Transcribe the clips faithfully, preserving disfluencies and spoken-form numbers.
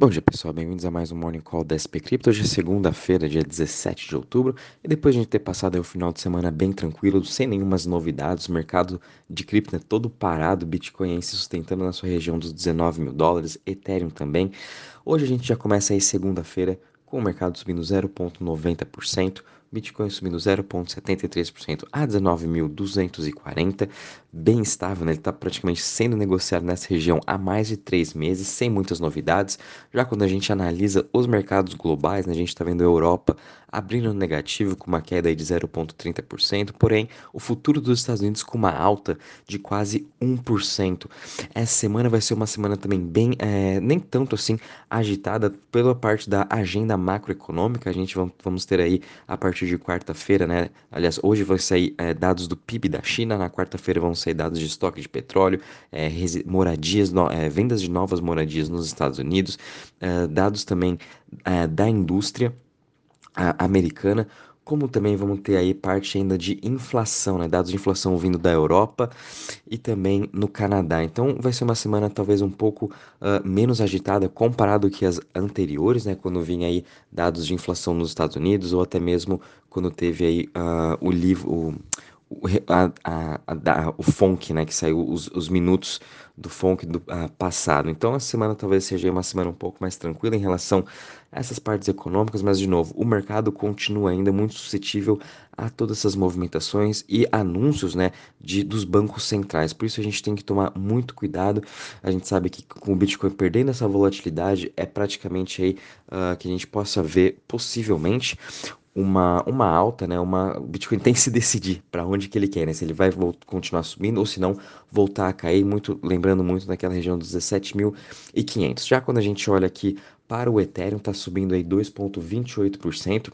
Bom dia, pessoal. Bem-vindos a mais um Morning Call da S P Crypto. Hoje é segunda-feira, dia dezessete de outubro, e depois de a gente ter passado aí o final de semana bem tranquilo, sem nenhumas novidades, o mercado de cripto é todo parado, Bitcoin aí se sustentando na sua região dos dezenove mil dólares, Ethereum também. Hoje a gente já começa aí segunda-feira com o mercado subindo zero vírgula noventa por cento, Bitcoin subindo zero vírgula setenta e três por cento a dezenove mil duzentos e quarenta, bem estável, né? Ele está praticamente sendo negociado nessa região há mais de três meses, sem muitas novidades. Já quando a gente analisa os mercados globais, né, a gente está vendo a Europa abrindo no negativo com uma queda aí de zero vírgula trinta por cento, porém o futuro dos Estados Unidos com uma alta de quase um por cento. Essa semana vai ser uma semana também bem, é, nem tanto assim agitada pela parte da agenda macroeconômica. A gente vamos, vamos ter aí a partir de quarta-feira, né? Aliás, hoje vão sair é, dados do P I B da China, na quarta-feira vão sair dados de estoque de petróleo, é, moradias, no, é, vendas de novas moradias nos Estados Unidos, é, dados também é, da indústria a- americana, como também vamos ter aí parte ainda de inflação, né? Dados de inflação vindo da Europa e também no Canadá. Então vai ser uma semana talvez um pouco ah, menos agitada comparado que as anteriores, né? Quando vinha aí dados de inflação nos Estados Unidos ou até mesmo quando teve aí ah, o livro, o, o, re- a, a, a, da- o funk, né? Que saiu os, os minutos do funk do ah, passado. Então a semana talvez seja uma semana um pouco mais tranquila em relação a essas partes econômicas, mas de novo, o mercado continua ainda muito suscetível a todas essas movimentações e anúncios, né, de, dos bancos centrais. Por isso a gente tem que tomar muito cuidado. A gente sabe que com o Bitcoin perdendo essa volatilidade, é praticamente aí ah, que a gente possa ver possivelmente uma, uma alta, né? Uma, o Bitcoin tem que se decidir para onde que ele quer, né? Se ele vai vol- continuar subindo ou se não voltar a cair, muito, lembrando muito daquela região dos dezessete mil e quinhentos. Já quando a gente olha aqui para o Ethereum, está subindo aí dois vírgula vinte e oito por cento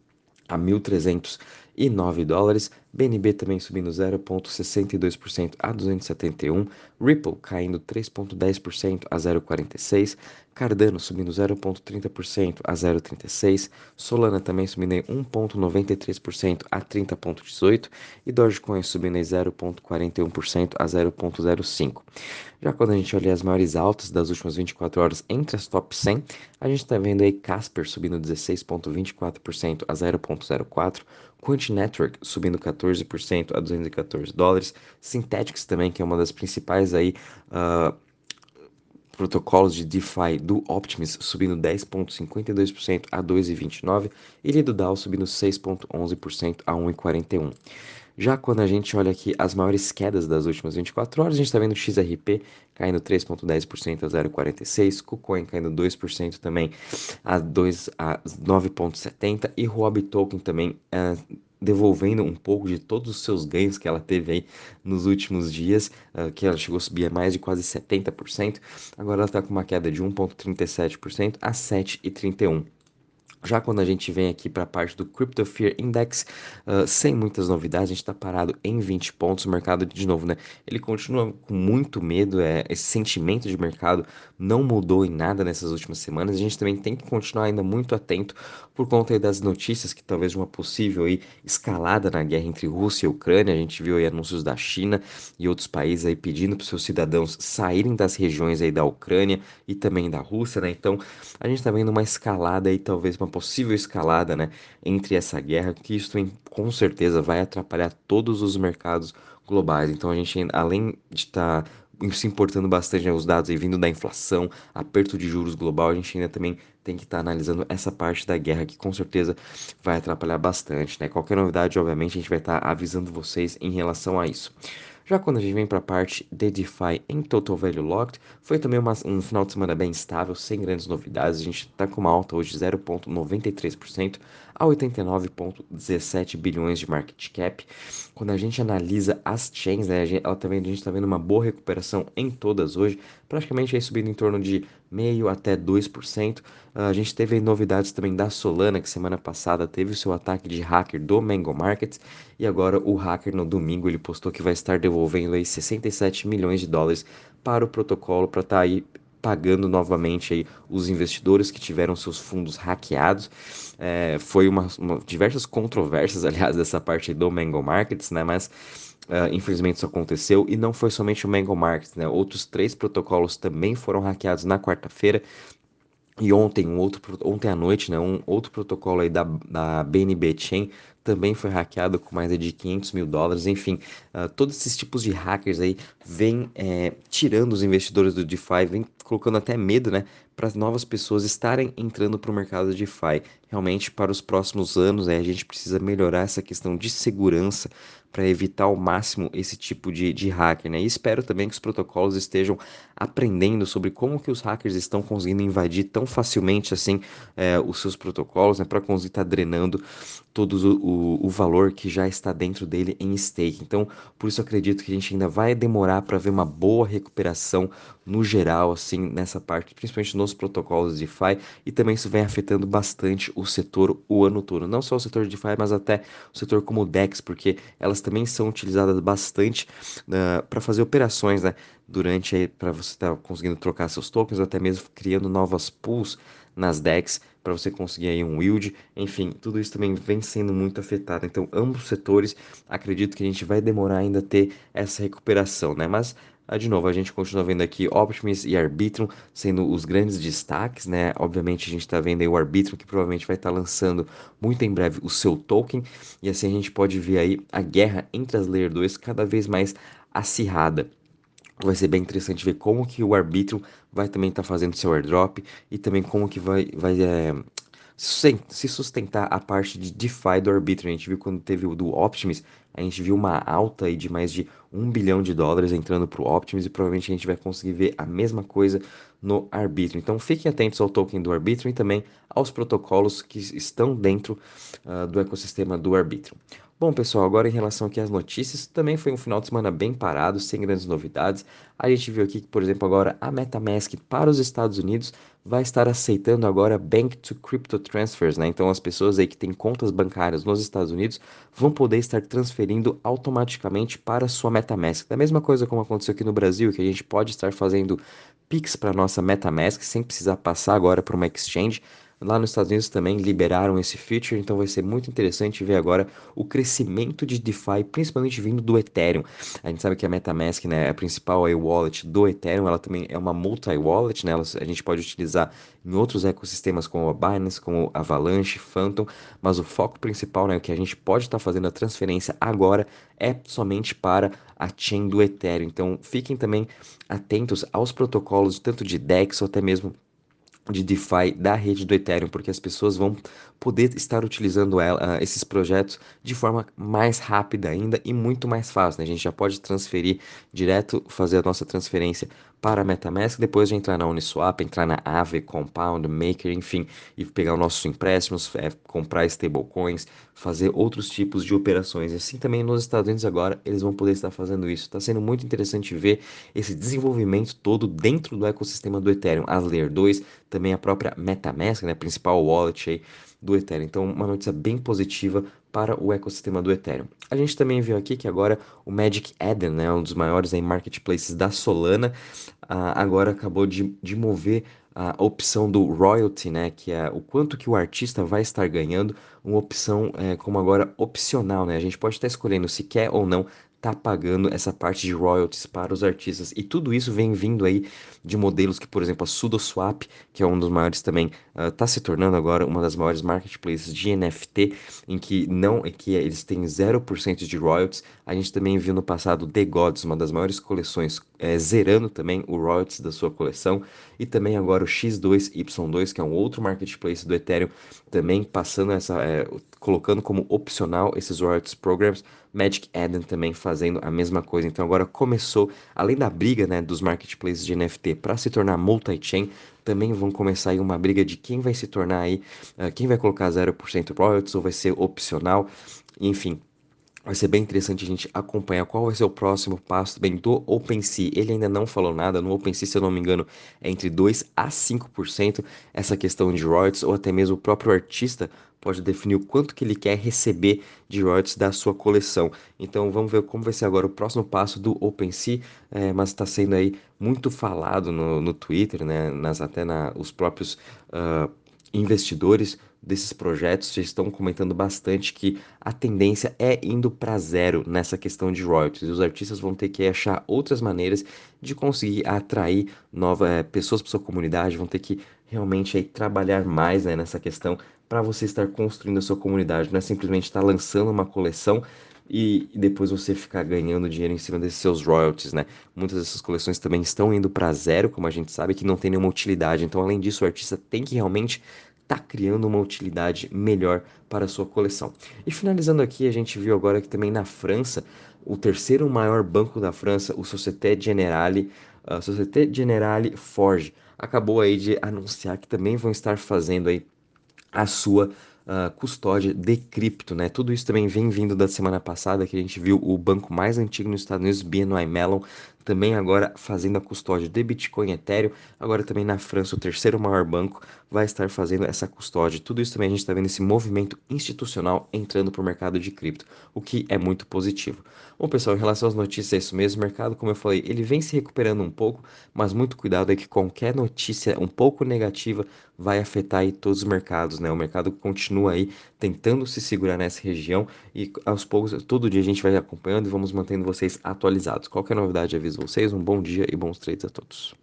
a mil trezentos e nove dólares, B N B também subindo zero vírgula sessenta e dois por cento a duzentos e setenta e um, Ripple caindo três vírgula dez por cento a zero vírgula quarenta e seis, Cardano subindo zero vírgula trinta por cento a zero vírgula trinta e seis, Solana também subindo em um vírgula noventa e três por cento a trinta vírgula dezoito e Dogecoin subindo em zero vírgula quarenta e um por cento a zero vírgula zero cinco. Já quando a gente olha as maiores altas das últimas vinte e quatro horas entre as top cem, a gente está vendo aí Casper subindo dezesseis vírgula vinte e quatro por cento a zero vírgula zero quatro, Quant Network subindo quatorze por cento a duzentos e quatorze dólares, Synthetix também, que é uma das principais aí, uh, protocolos de DeFi do Optimus subindo dez vírgula cinquenta e dois por cento a dois vírgula vinte e nove e Lido D A O subindo seis vírgula onze por cento a um vírgula quarenta e um. Já quando a gente olha aqui as maiores quedas das últimas vinte e quatro horas, a gente está vendo o X R P caindo três vírgula dez por cento a zero vírgula quarenta e seis, KuCoin caindo dois por cento também a, dois, a nove vírgula setenta e Huobi Token também eh, devolvendo um pouco de todos os seus ganhos que ela teve aí nos últimos dias, uh, que ela chegou a subir a mais de quase setenta por cento, agora ela está com uma queda de um vírgula trinta e sete por cento a sete vírgula trinta e um por cento. Já quando a gente vem aqui para a parte do Crypto Fear Index, uh, sem muitas novidades, a gente está parado em vinte pontos. O mercado, de novo, né? Ele continua com muito medo, é, esse sentimento de mercado não mudou em nada nessas últimas semanas. A gente também tem que continuar ainda muito atento por conta aí das notícias que talvez de uma possível aí, escalada na guerra entre Rússia e Ucrânia. A gente viu aí anúncios da China e outros países aí pedindo para os seus cidadãos saírem das regiões aí da Ucrânia e também da Rússia, né? Então, a gente está vendo uma escalada aí, talvez uma possível escalada, né, entre essa guerra, que isso em- com certeza vai atrapalhar todos os mercados globais. Então a gente, além de estar se importando bastante, né, os dados aí vindo da inflação, aperto de juros global, a gente ainda também tem que estar analisando essa parte da guerra que com certeza vai atrapalhar bastante, né? Qualquer novidade, obviamente, a gente vai estar avisando vocês em relação a isso. Já quando a gente vem para a parte de DeFi em Total Value Locked, foi também uma- um final de semana bem estável, sem grandes novidades. A gente está com uma alta hoje de zero vírgula noventa e três por cento a oitenta e nove vírgula dezessete bilhões de market cap. Quando a gente analisa as chains, né, a gente, ela tá vendo, a gente está vendo uma boa recuperação em todas hoje, praticamente aí subindo em torno de meio até dois por cento. Ah, a gente teve aí novidades também da Solana, que semana passada teve o seu ataque de hacker do Mango Markets, e agora o hacker no domingo ele postou que vai estar devolvendo aí sessenta e sete milhões de dólares para o protocolo para estar aí pagando novamente aí os investidores que tiveram seus fundos hackeados. É, foi uma, uma- diversas controvérsias, aliás, dessa parte do Mango Markets, né? Mas ah, infelizmente isso aconteceu e não foi somente o Mango Markets, né? Outros três protocolos também foram hackeados na quarta-feira. E ontem, um outro, pro- ontem à noite, né, um outro protocolo aí da, da B N B Chain também foi hackeado com mais de quinhentos mil dólares. Enfim, ah, todos esses tipos de hackers aí vêm eh, tirando os investidores do DeFi, vem colocando até medo, né, para as novas pessoas estarem entrando para o mercado de DeFi. Realmente, para os próximos anos, eh, a gente precisa melhorar essa questão de segurança para evitar ao máximo esse tipo de, de hacker, né? E espero também que os protocolos estejam aprendendo sobre como que os hackers estão conseguindo invadir tão facilmente assim é, os seus protocolos, né, para conseguir estar drenando todo o, o, o valor que já está dentro dele em stake. Então, por isso eu acredito que a gente ainda vai demorar para ver uma boa recuperação no geral, assim, nessa parte, principalmente nos protocolos de DeFi, e também isso vem afetando bastante o setor o ano todo. Não só o setor de DeFi, mas até o setor como o DEX, porque elas também são utilizadas bastante para fazer operações, né? Durante aí para você estar conseguindo trocar seus tokens, ou até mesmo criando novas pools nas DEX para você conseguir aí um yield. Enfim, tudo isso também vem sendo muito afetado. Então, ambos os setores, acredito que a gente vai demorar ainda a ter essa recuperação, né? Mas ah, de novo, a gente continua vendo aqui Optimus e Arbitrum sendo os grandes destaques, né? Obviamente, a gente está vendo aí o Arbitrum que provavelmente vai estar lançando muito em breve o seu token, e assim a gente pode ver aí a guerra entre as Layer dois cada vez mais acirrada. Vai ser bem interessante ver como que o Arbitrum vai também estar fazendo seu airdrop e também como que vai, vai é, susten- se sustentar a parte de DeFi do Arbitrum. A gente viu quando teve o do Optimus, a gente viu uma alta aí de mais de um bilhão de dólares entrando para o Optimus e provavelmente a gente vai conseguir ver a mesma coisa no Arbitrum. Então fiquem atentos ao token do Arbitrum e também aos protocolos que estão dentro ah, do ecossistema do Arbitrum. Bom, pessoal, agora em relação aqui às notícias, também foi um final de semana bem parado, sem grandes novidades. A gente viu aqui que, por exemplo, agora a MetaMask para os Estados Unidos vai estar aceitando agora Bank to Crypto Transfers, né? Então as pessoas aí que têm contas bancárias nos Estados Unidos vão poder estar transferindo automaticamente para a sua MetaMask. Da mesma coisa como aconteceu aqui no Brasil, que a gente pode estar fazendo Pix para nossa MetaMask sem precisar passar agora por uma exchange. Lá nos Estados Unidos também liberaram esse feature, então vai ser muito interessante ver agora o crescimento de DeFi, principalmente vindo do Ethereum. A gente sabe que a MetaMask, né, é a principal aí, wallet do Ethereum, ela também é uma multi-wallet, né, ela- a gente pode utilizar em outros ecossistemas como a Binance, como a Avalanche, Phantom, mas o foco principal, né, o que a gente pode estar fazendo a transferência agora é somente para a chain do Ethereum. Então fiquem também atentos aos protocolos, tanto de DEX ou até mesmo de DeFi da rede do Ethereum, porque as pessoas vão poder estar utilizando ela, ah, esses projetos de forma mais rápida ainda e muito mais fácil, né? A gente já pode transferir direto, fazer a nossa transferência para a MetaMask, depois de entrar na Uniswap, entrar na Aave, Compound, Maker, enfim, e pegar os nossos empréstimos, é, comprar stablecoins, fazer outros tipos de operações. E assim também nos Estados Unidos agora eles vão poder estar fazendo isso. Está sendo muito interessante ver esse desenvolvimento todo dentro do ecossistema do Ethereum, as Layer dois, também a própria MetaMask, né, a principal wallet aí do Ethereum. Então, uma notícia bem positiva para o ecossistema do Ethereum. A gente também viu aqui que agora o Magic Eden, né, um dos maiores aí marketplaces da Solana, ah, agora acabou de, de mover a opção do royalty, né, que é o quanto que o artista vai estar ganhando, uma opção é, como agora opcional, né? A gente pode estar escolhendo se quer ou não tá pagando essa parte de royalties para os artistas. E tudo isso vem vindo aí de modelos que, por exemplo, a SudoSwap, que é um dos maiores também, está se tornando agora uma das maiores marketplaces de N F T, em que não, em que eles têm zero por cento de royalties. A gente também viu no passado The Gods, uma das maiores coleções, é, zerando também o royalties da sua coleção. E também agora o X dois Y dois, que é um outro marketplace do Ethereum, também passando essa, é, colocando como opcional esses royalties programs. Magic Eden também fazendo a mesma coisa. Então agora começou, além da briga, né, dos marketplaces de N F T para se tornar multi-chain, também vão começar aí uma briga de quem vai se tornar aí, uh, quem vai colocar zero por cento royalties ou vai ser opcional. Enfim, vai ser bem interessante a gente acompanhar qual vai ser o próximo passo também do OpenSea. Ele ainda não falou nada. No OpenSea, se eu não me engano, é entre dois a cinco por cento essa questão de royalties, ou até mesmo o próprio artista pode definir o quanto que ele quer receber de royalties da sua coleção. Então vamos ver como vai ser agora o próximo passo do OpenSea, é, mas está sendo aí muito falado no, no Twitter, né, nas, até na, os próprios uh, investidores desses projetos já estão comentando bastante que a tendência é indo para zero nessa questão de royalties. E os artistas vão ter que achar outras maneiras de conseguir atrair novas eh, pessoas para sua comunidade, vão ter que realmente aí, trabalhar mais, né, nessa questão para você estar construindo a sua comunidade. Não é simplesmente estar lançando uma coleção e, e depois você ficar ganhando dinheiro em cima desses seus royalties, né? Muitas dessas coleções também estão indo para zero, como a gente sabe, que não tem nenhuma utilidade. Então, além disso, o artista tem que realmente estar criando uma utilidade melhor para a sua coleção. E finalizando aqui, a gente viu agora que também na França, o terceiro maior banco da França, o Société Générale, a Société Générale Forge, acabou aí de anunciar que também vão estar fazendo aí a sua ah, custódia de cripto, né? Tudo isso também vem vindo da semana passada, que a gente viu o banco mais antigo nos Estados Unidos, B N Y Mellon, também agora fazendo a custódia de Bitcoin e Ethereum. Agora também na França, o terceiro maior banco vai estar fazendo essa custódia. Tudo isso também a gente está vendo esse movimento institucional entrando para o mercado de cripto, o que é muito positivo. Bom, pessoal, em relação às notícias, é isso mesmo. O mercado, como eu falei, ele vem se recuperando um pouco, mas muito cuidado é que qualquer notícia um pouco negativa vai afetar aí todos os mercados, né? O mercado continua aí tentando se segurar nessa região e aos poucos, todo dia a gente vai acompanhando e vamos mantendo vocês atualizados. Qualquer novidade, aviso vocês. Um bom dia e bons trades a todos.